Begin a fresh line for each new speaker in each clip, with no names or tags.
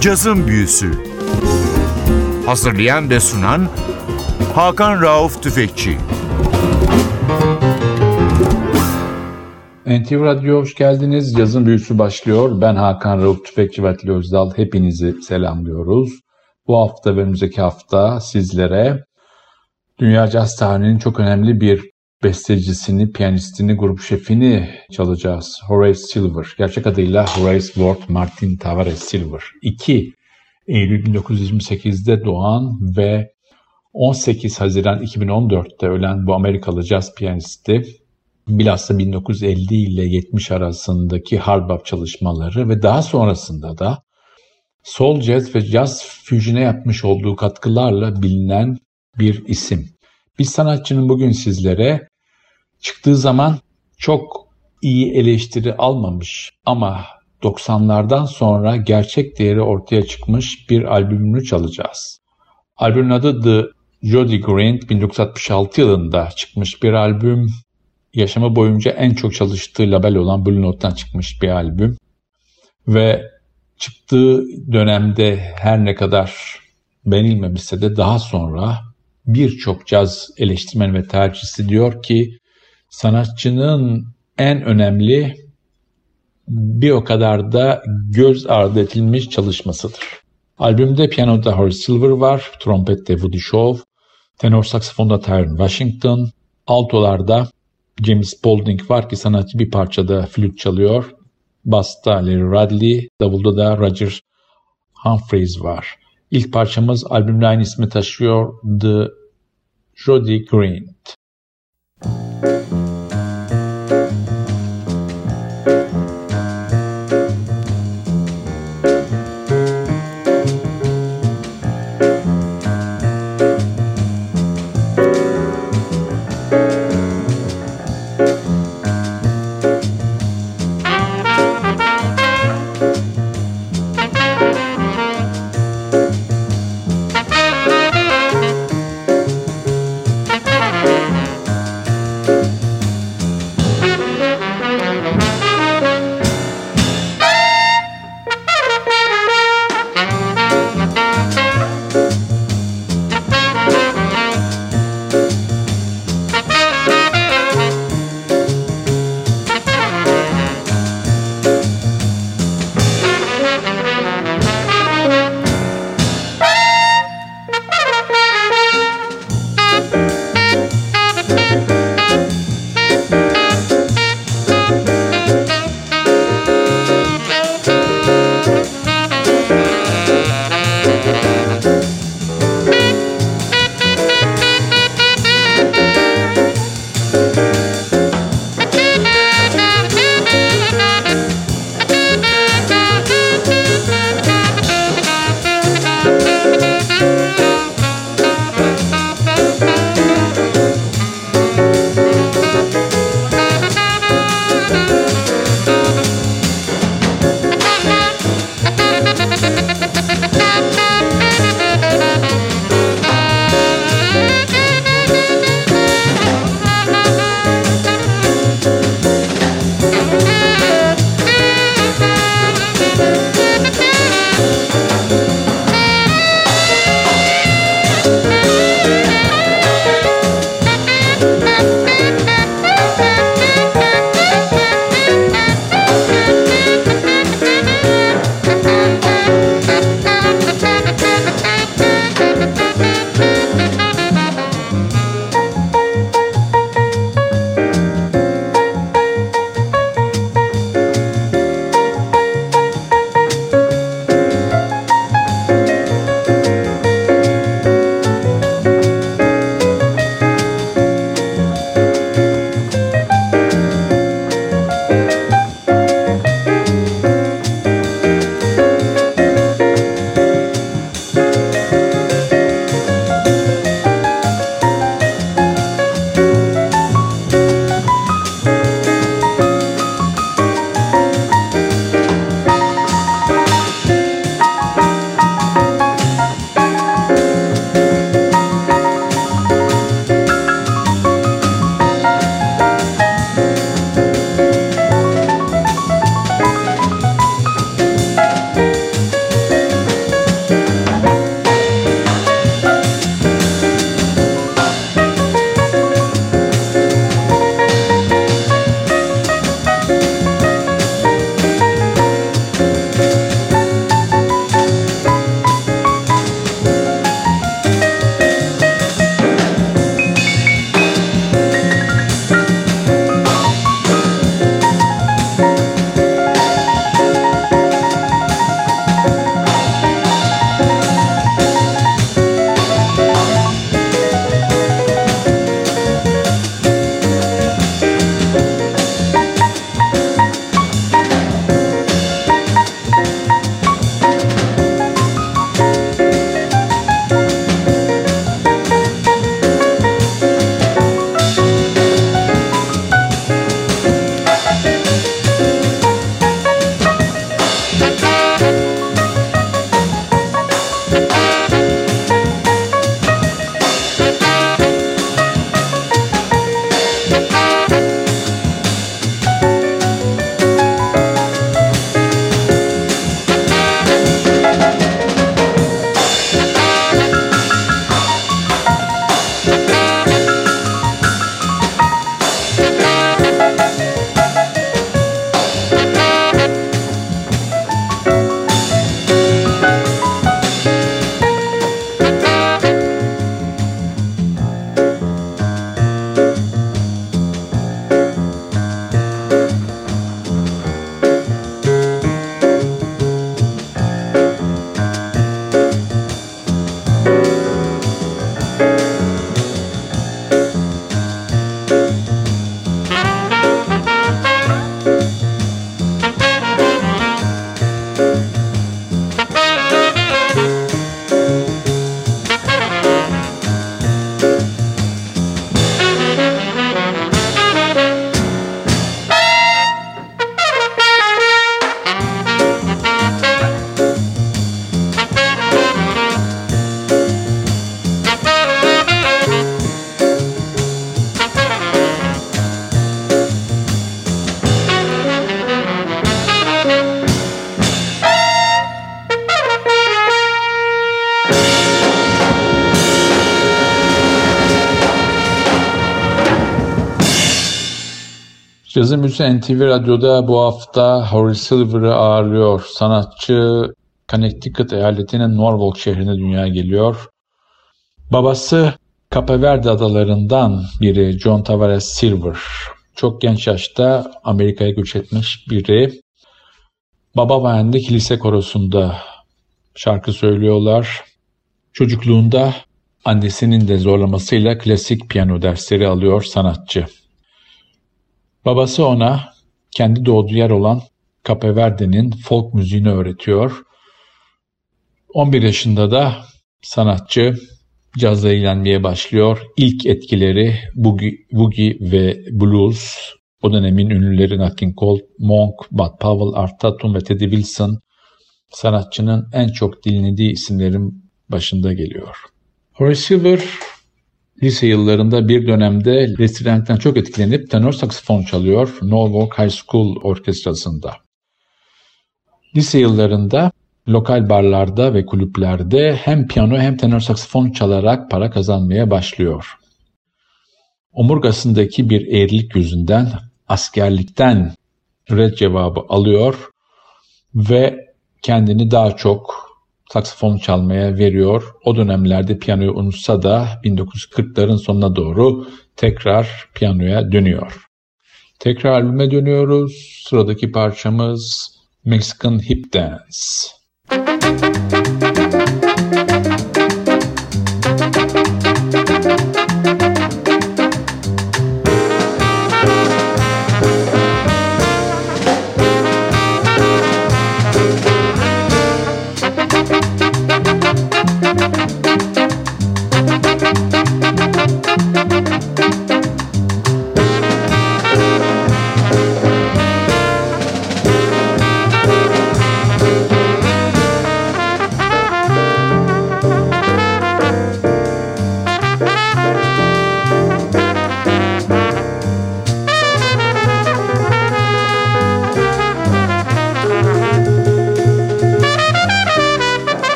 Cazın Büyüsü. Hazırlayan ve sunan Hakan Rauf Tüfekçi.
NTV Radyo'ya hoş geldiniz. Cazın Büyüsü başlıyor. Ben Hakan Rauf Tüfekçi ve Atilla Özdal. Hepinizi selamlıyoruz. Bu hafta ve önümüzdeki hafta sizlere dünya caz tarihinin çok önemli bir bestecisini, piyanistini, grup şefini çalacağız. Horace Silver. Gerçek adıyla Horace Ward Martin Tavares Silver. 2 Eylül 1928'de doğan ve 18 Haziran 2014'te ölen bu Amerikalı caz piyanisti, bilhassa 1950 ile 70 arasındaki hard bop çalışmaları ve daha sonrasında da soul jazz ve jazz füjüne yapmış olduğu katkılarla bilinen bir isim. Bir sanatçının bugün sizlere çıktığı zaman çok iyi eleştiri almamış ama 90'lardan sonra gerçek değeri ortaya çıkmış bir albümünü çalacağız. Albümün adı The Jody Grant, 1966 yılında çıkmış bir albüm. Yaşamı boyunca en çok çalıştığı label olan Blue Note'dan çıkmış bir albüm. Ve çıktığı dönemde her ne kadar beğenilmemişse de daha sonra birçok caz eleştirmeni ve tarihçisi diyor ki sanatçının en önemli bir o kadar da göz ardı edilmiş çalışmasıdır. Albümde piyanoda Horace Silver var, trompette Woody Shaw, tenor saksafonda Tyrone Washington, altolarda James Spaulding var ki sanatçı bir parçada flüt çalıyor, basta Larry Radley, davulda da Roger Humphreys var. İlk parçamız albümle aynı ismi taşıyor, The Jody Grant.
Thank you.
Cazın Müziği NTV Radyo'da bu hafta Horace Silver'ı ağırlıyor. Sanatçı Connecticut eyaletinin Norwalk şehrine dünyaya geliyor. Babası Cape Verde adalarından biri John Tavares Silver. Çok genç yaşta Amerika'ya göç etmiş biri. Baba ve anne kilise korosunda şarkı söylüyorlar. Çocukluğunda annesinin de zorlamasıyla klasik piyano dersleri alıyor sanatçı. Babası ona kendi doğduğu yer olan Cape Verde'nin folk müziğini öğretiyor. 11 yaşında da sanatçı cazla ilgilenmeye başlıyor. İlk etkileri boogie ve blues. O dönemin ünlüleri Nat King Cole, Monk, Bud Powell, Art Tatum ve Teddy Wilson sanatçının en çok dinlediği isimlerin başında geliyor. Horace Silver lise yıllarında bir dönemde Lester Young'dan çok etkilenip tenor saksafon çalıyor Norwalk High School orkestrasında. Lise yıllarında lokal barlarda ve kulüplerde hem piyano hem tenor saksafon çalarak para kazanmaya başlıyor. Omurgasındaki bir eğrilik yüzünden askerlikten red cevabı alıyor ve kendini daha çok saksafon çalmaya veriyor. O dönemlerde piyanoyu unutsa da 1940'ların sonuna doğru tekrar piyanoya dönüyor. Tekrar albüme dönüyoruz. Sıradaki parçamız Mexican Hip Dance.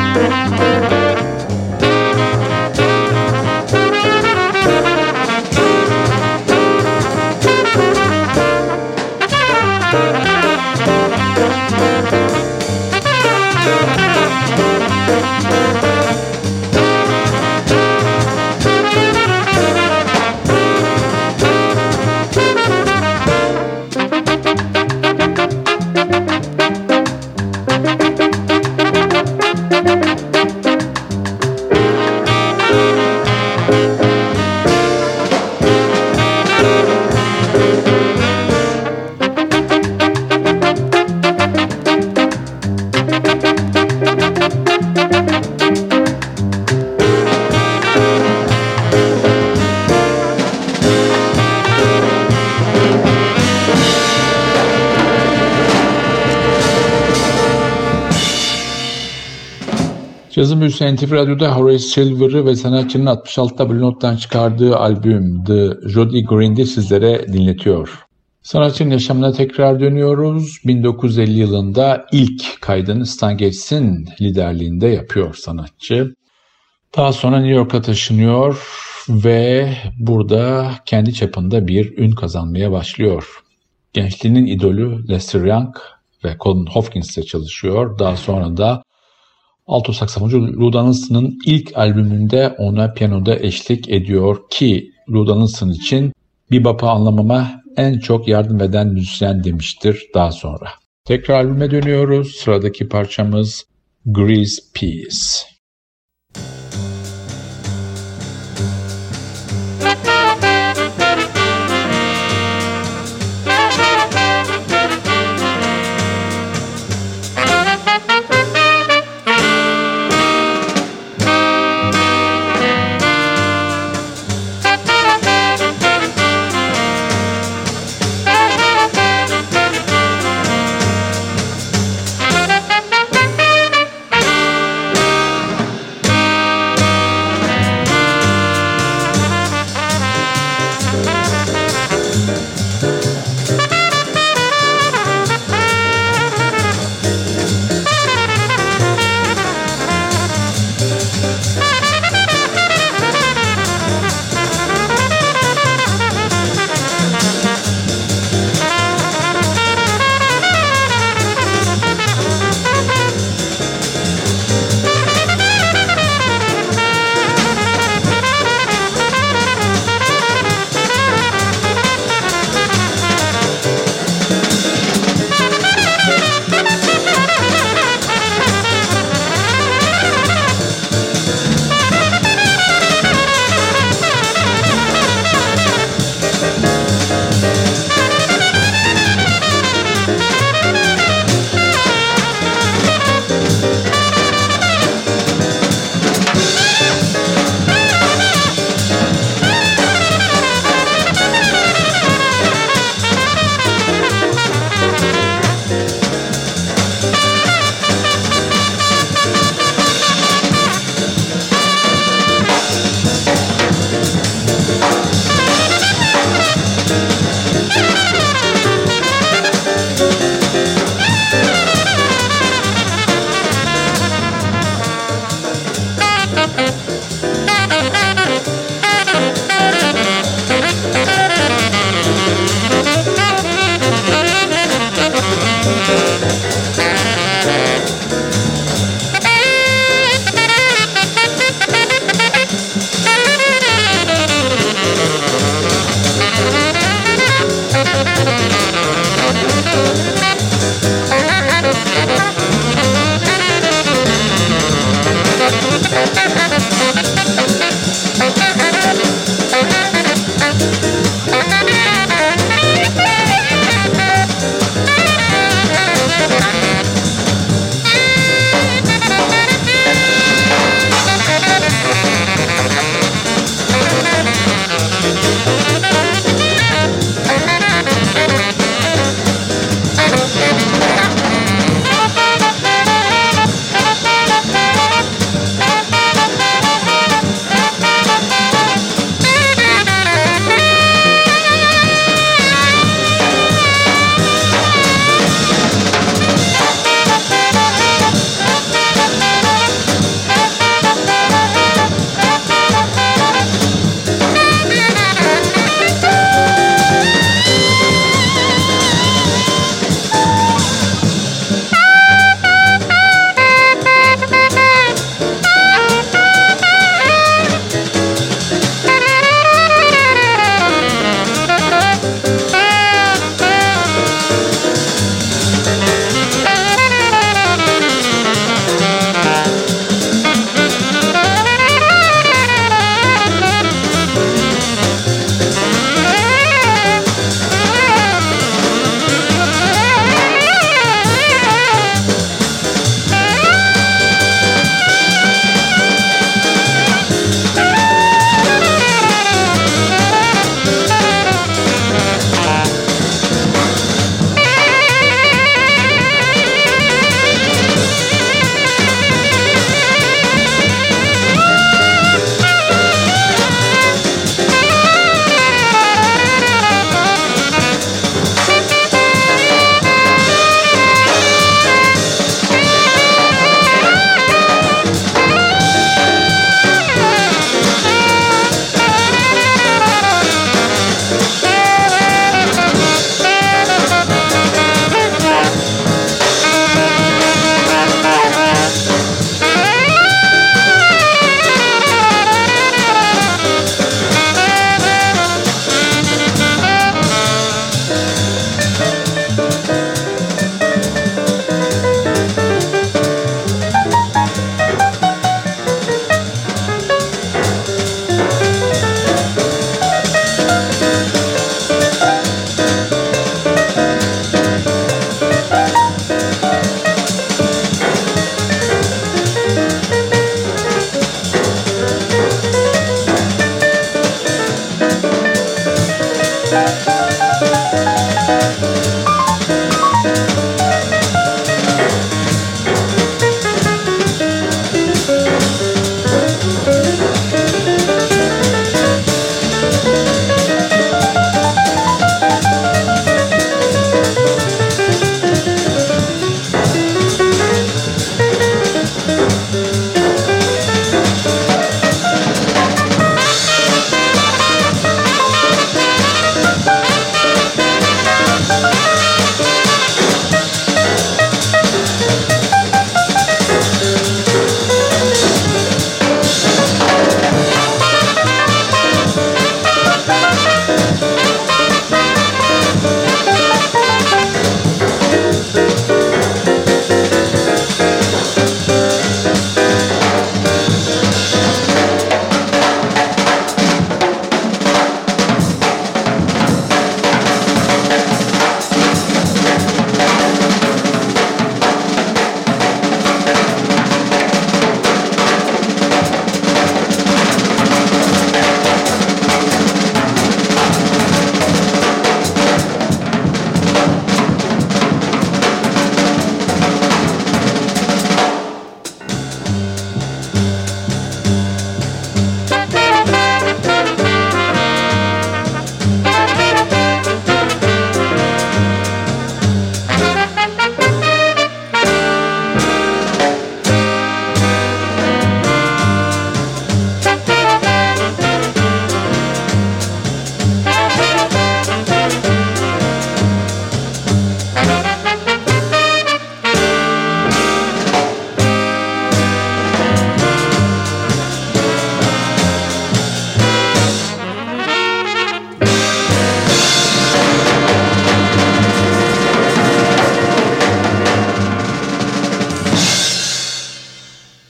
Cazın büyüsü NTV Radyo'da Horace Silver'ı ve sanatçının 66'da Blue Note'dan çıkardığı albüm The Jody Green'de sizlere dinletiyor. Sanatçının yaşamına tekrar dönüyoruz. 1950 yılında ilk kaydını Stan Getz'in liderliğinde yapıyor sanatçı. Daha sonra New York'a taşınıyor ve burada kendi çapında bir ün kazanmaya başlıyor. Gençliğinin idolü Lester Young ve Colin Hopkins'le çalışıyor. Daha sonra da alto saksafoncu Lou Donaldson'ın ilk albümünde ona piyanoda eşlik ediyor ki Lou Donaldson için bebop'u anlamama en çok yardım eden müzisyen demiştir daha sonra. Tekrar albüme dönüyoruz. Sıradaki parçamız Grease Peace.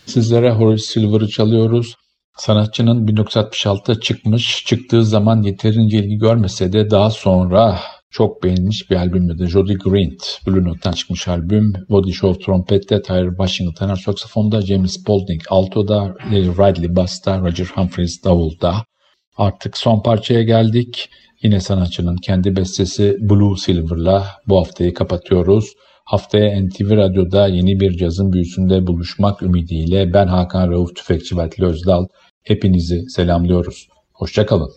Sizlere Horace Silver'ı çalıyoruz. Sanatçının 1966'da çıktığı zaman yeterince ilgi görmese de daha sonra çok beğenilmiş bir albümdü. Jody Grant, Blue Note'dan çıkmış albüm. Woody Shaw trompette, Tyler Washington tenor saksafonda, James Spaulding altoda, Larry Ridley basta, Roger Humphreys davulda. Artık son parçaya geldik. Yine sanatçının kendi bestesi Blue Silver'la bu haftayı kapatıyoruz. Haftaya NTV Radyo'da yeni bir cazın büyüsünde buluşmak ümidiyle ben Hakan Rauf Tüfekçi ve Atilla Özdal. Hepinizi selamlıyoruz. Hoşça kalın.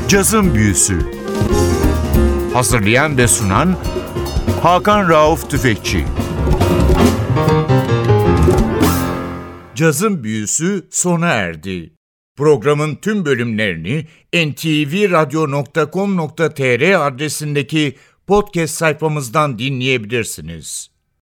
Cazın Büyüsü. Hazırlayan ve sunan Hakan Rauf Tüfekçi. Cazın Büyüsü sona erdi. Programın tüm bölümlerini ntvradio.com.tr adresindeki podcast sayfamızdan dinleyebilirsiniz.